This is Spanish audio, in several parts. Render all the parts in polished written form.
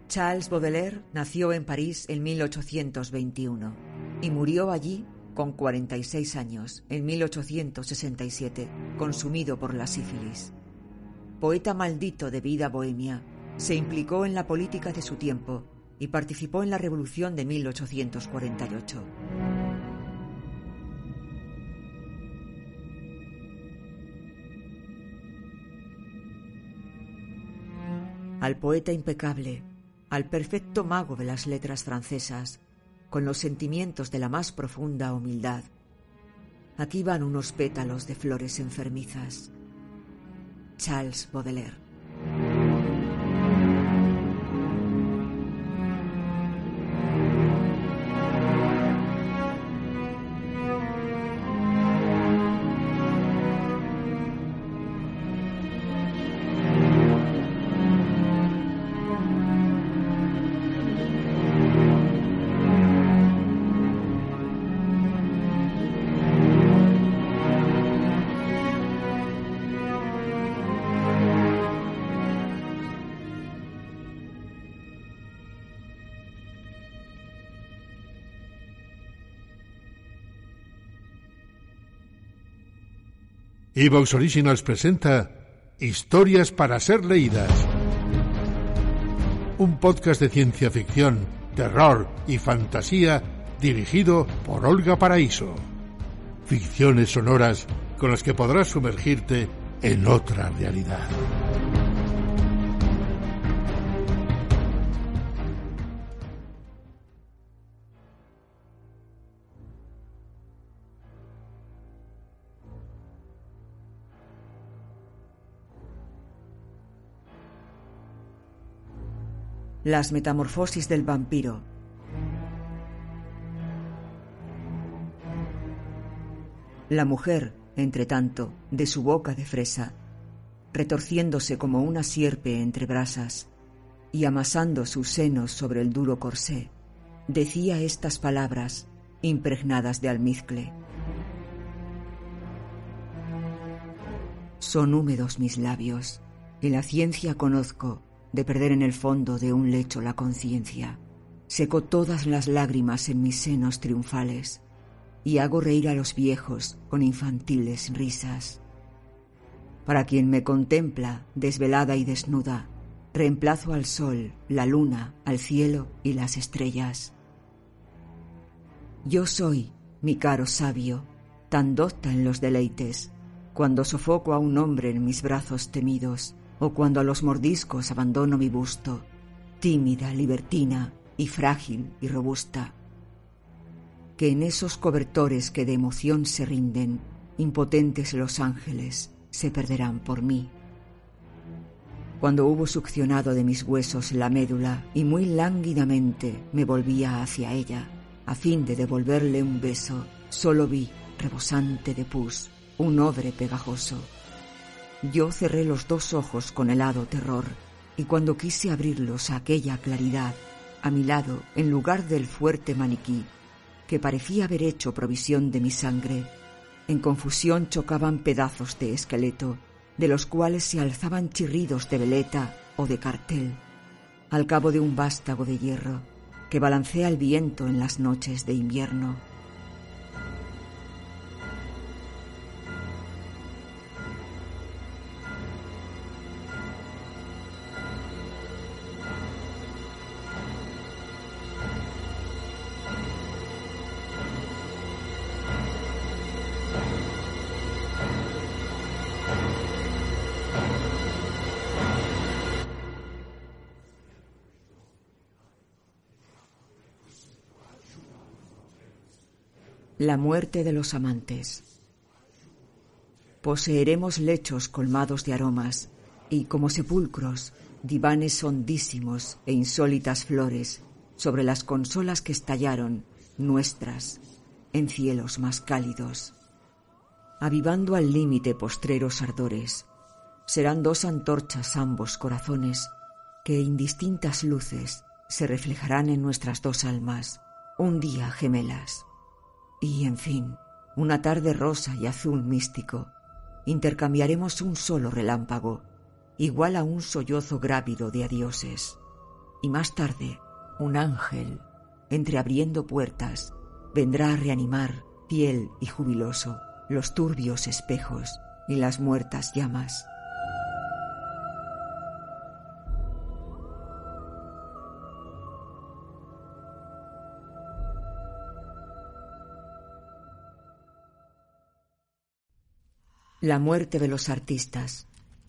Charles Baudelaire nació en París en 1821 y murió allí con 46 años, en 1867, consumido por la sífilis. Poeta maldito de vida bohemia, se implicó en la política de su tiempo y participó en la Revolución de 1848. Al poeta impecable, al perfecto mago de las letras francesas, con los sentimientos de la más profunda humildad. Aquí van unos pétalos de flores enfermizas. Charles Baudelaire. Evox Originals presenta Historias para ser leídas. Un podcast de ciencia ficción, terror y fantasía dirigido por Olga Paraíso. Ficciones sonoras con las que podrás sumergirte en otra realidad. Las metamorfosis del vampiro. La mujer, entretanto, de su boca de fresa, retorciéndose como una sierpe entre brasas y amasando sus senos sobre el duro corsé, decía estas palabras impregnadas de almizcle. Son húmedos mis labios, y la ciencia conozco de perder en el fondo de un lecho la conciencia. Seco todas las lágrimas en mis senos triunfales y hago reír a los viejos con infantiles risas. Para quien me contempla, desvelada y desnuda, reemplazo al sol, la luna, al cielo y las estrellas. Yo soy, mi caro sabio, tan docta en los deleites, cuando sofoco a un hombre en mis brazos temidos, o cuando a los mordiscos abandono mi busto, tímida, libertina y frágil y robusta. Que en esos cobertores que de emoción se rinden, impotentes los ángeles, se perderán por mí. Cuando hubo succionado de mis huesos la médula y muy lánguidamente me volvía hacia ella, a fin de devolverle un beso, solo vi, rebosante de pus, un odre pegajoso. Yo cerré los dos ojos con helado terror, y cuando quise abrirlos a aquella claridad, a mi lado, en lugar del fuerte maniquí, que parecía haber hecho provisión de mi sangre, en confusión chocaban pedazos de esqueleto, de los cuales se alzaban chirridos de veleta o de cartel, al cabo de un vástago de hierro, que balancea el viento en las noches de invierno. La muerte de los amantes. Poseeremos lechos colmados de aromas y, como sepulcros, divanes hondísimos e insólitas flores sobre las consolas que estallaron, nuestras, en cielos más cálidos. Avivando al límite postreros ardores, serán dos antorchas ambos corazones que indistintas luces se reflejarán en nuestras dos almas, un día gemelas. Y, en fin, una tarde rosa y azul místico, intercambiaremos un solo relámpago, igual a un sollozo grávido de adioses. y más tarde un ángel, entreabriendo puertas, vendrá a reanimar, fiel y jubiloso, los turbios espejos y las muertas llamas. La muerte de los artistas.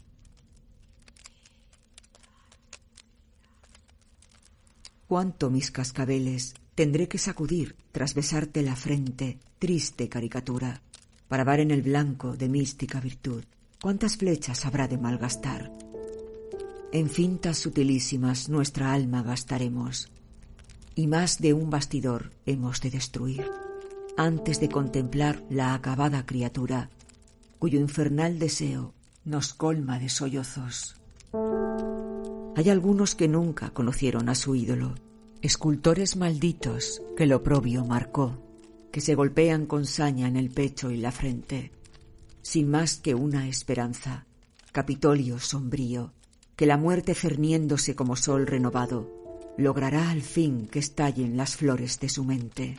Cuánto mis cascabeles tendré que sacudir tras besarte la frente, triste caricatura, para dar en el blanco de mística virtud. Cuántas flechas habrá de malgastar. En fintas sutilísimas nuestra alma gastaremos, y más de un bastidor hemos de destruir, antes de contemplar la acabada criatura, cuyo infernal deseo nos colma de sollozos. Hay algunos que nunca conocieron a su ídolo, escultores malditos que el oprobio marcó, que se golpean con saña en el pecho y la frente, sin más que una esperanza, Capitolio sombrío, que la muerte cerniéndose como sol renovado, logrará al fin que estallen las flores de su mente.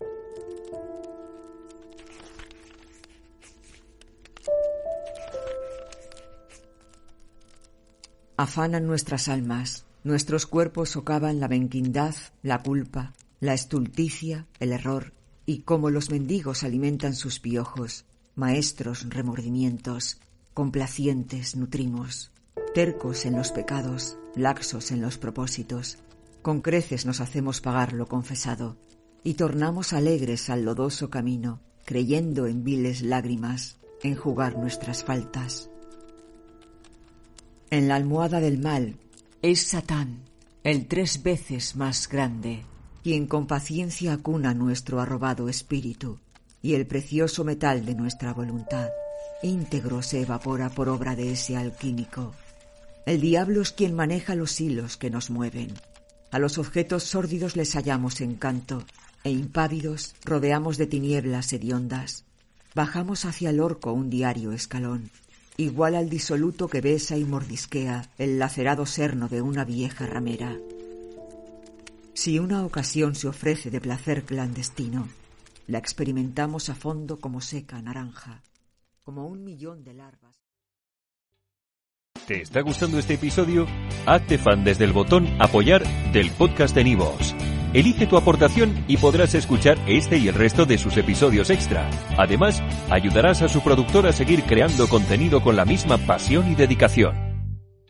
Afanan nuestras almas, nuestros cuerpos socavan la mezquindad, la culpa, la estulticia, el error, y como los mendigos alimentan sus piojos, maestros remordimientos, complacientes nutrimos, tercos en los pecados, laxos en los propósitos, con creces nos hacemos pagar lo confesado, y tornamos alegres al lodoso camino, creyendo en viles lágrimas, enjugar nuestras faltas. En la almohada del mal es Satán, el 3 veces más grande, quien con paciencia acuna nuestro arrobado espíritu, y el precioso metal de nuestra voluntad íntegro se evapora por obra de ese alquímico. El diablo es quien maneja los hilos que nos mueven. A los objetos sórdidos les hallamos encanto, e impávidos rodeamos de tinieblas hediondas. Bajamos hacia el orco un diario escalón, igual al disoluto que besa y mordisquea el lacerado serno de una vieja ramera. Si una ocasión se ofrece de placer clandestino, la experimentamos a fondo como seca naranja, como 1.000.000 de larvas. ¿Te está gustando este episodio? Hazte fan desde el botón Apoyar del podcast de Nivos. Elige tu aportación y podrás escuchar este y el resto de sus episodios extra. Además, ayudarás a su productor a seguir creando contenido con la misma pasión y dedicación.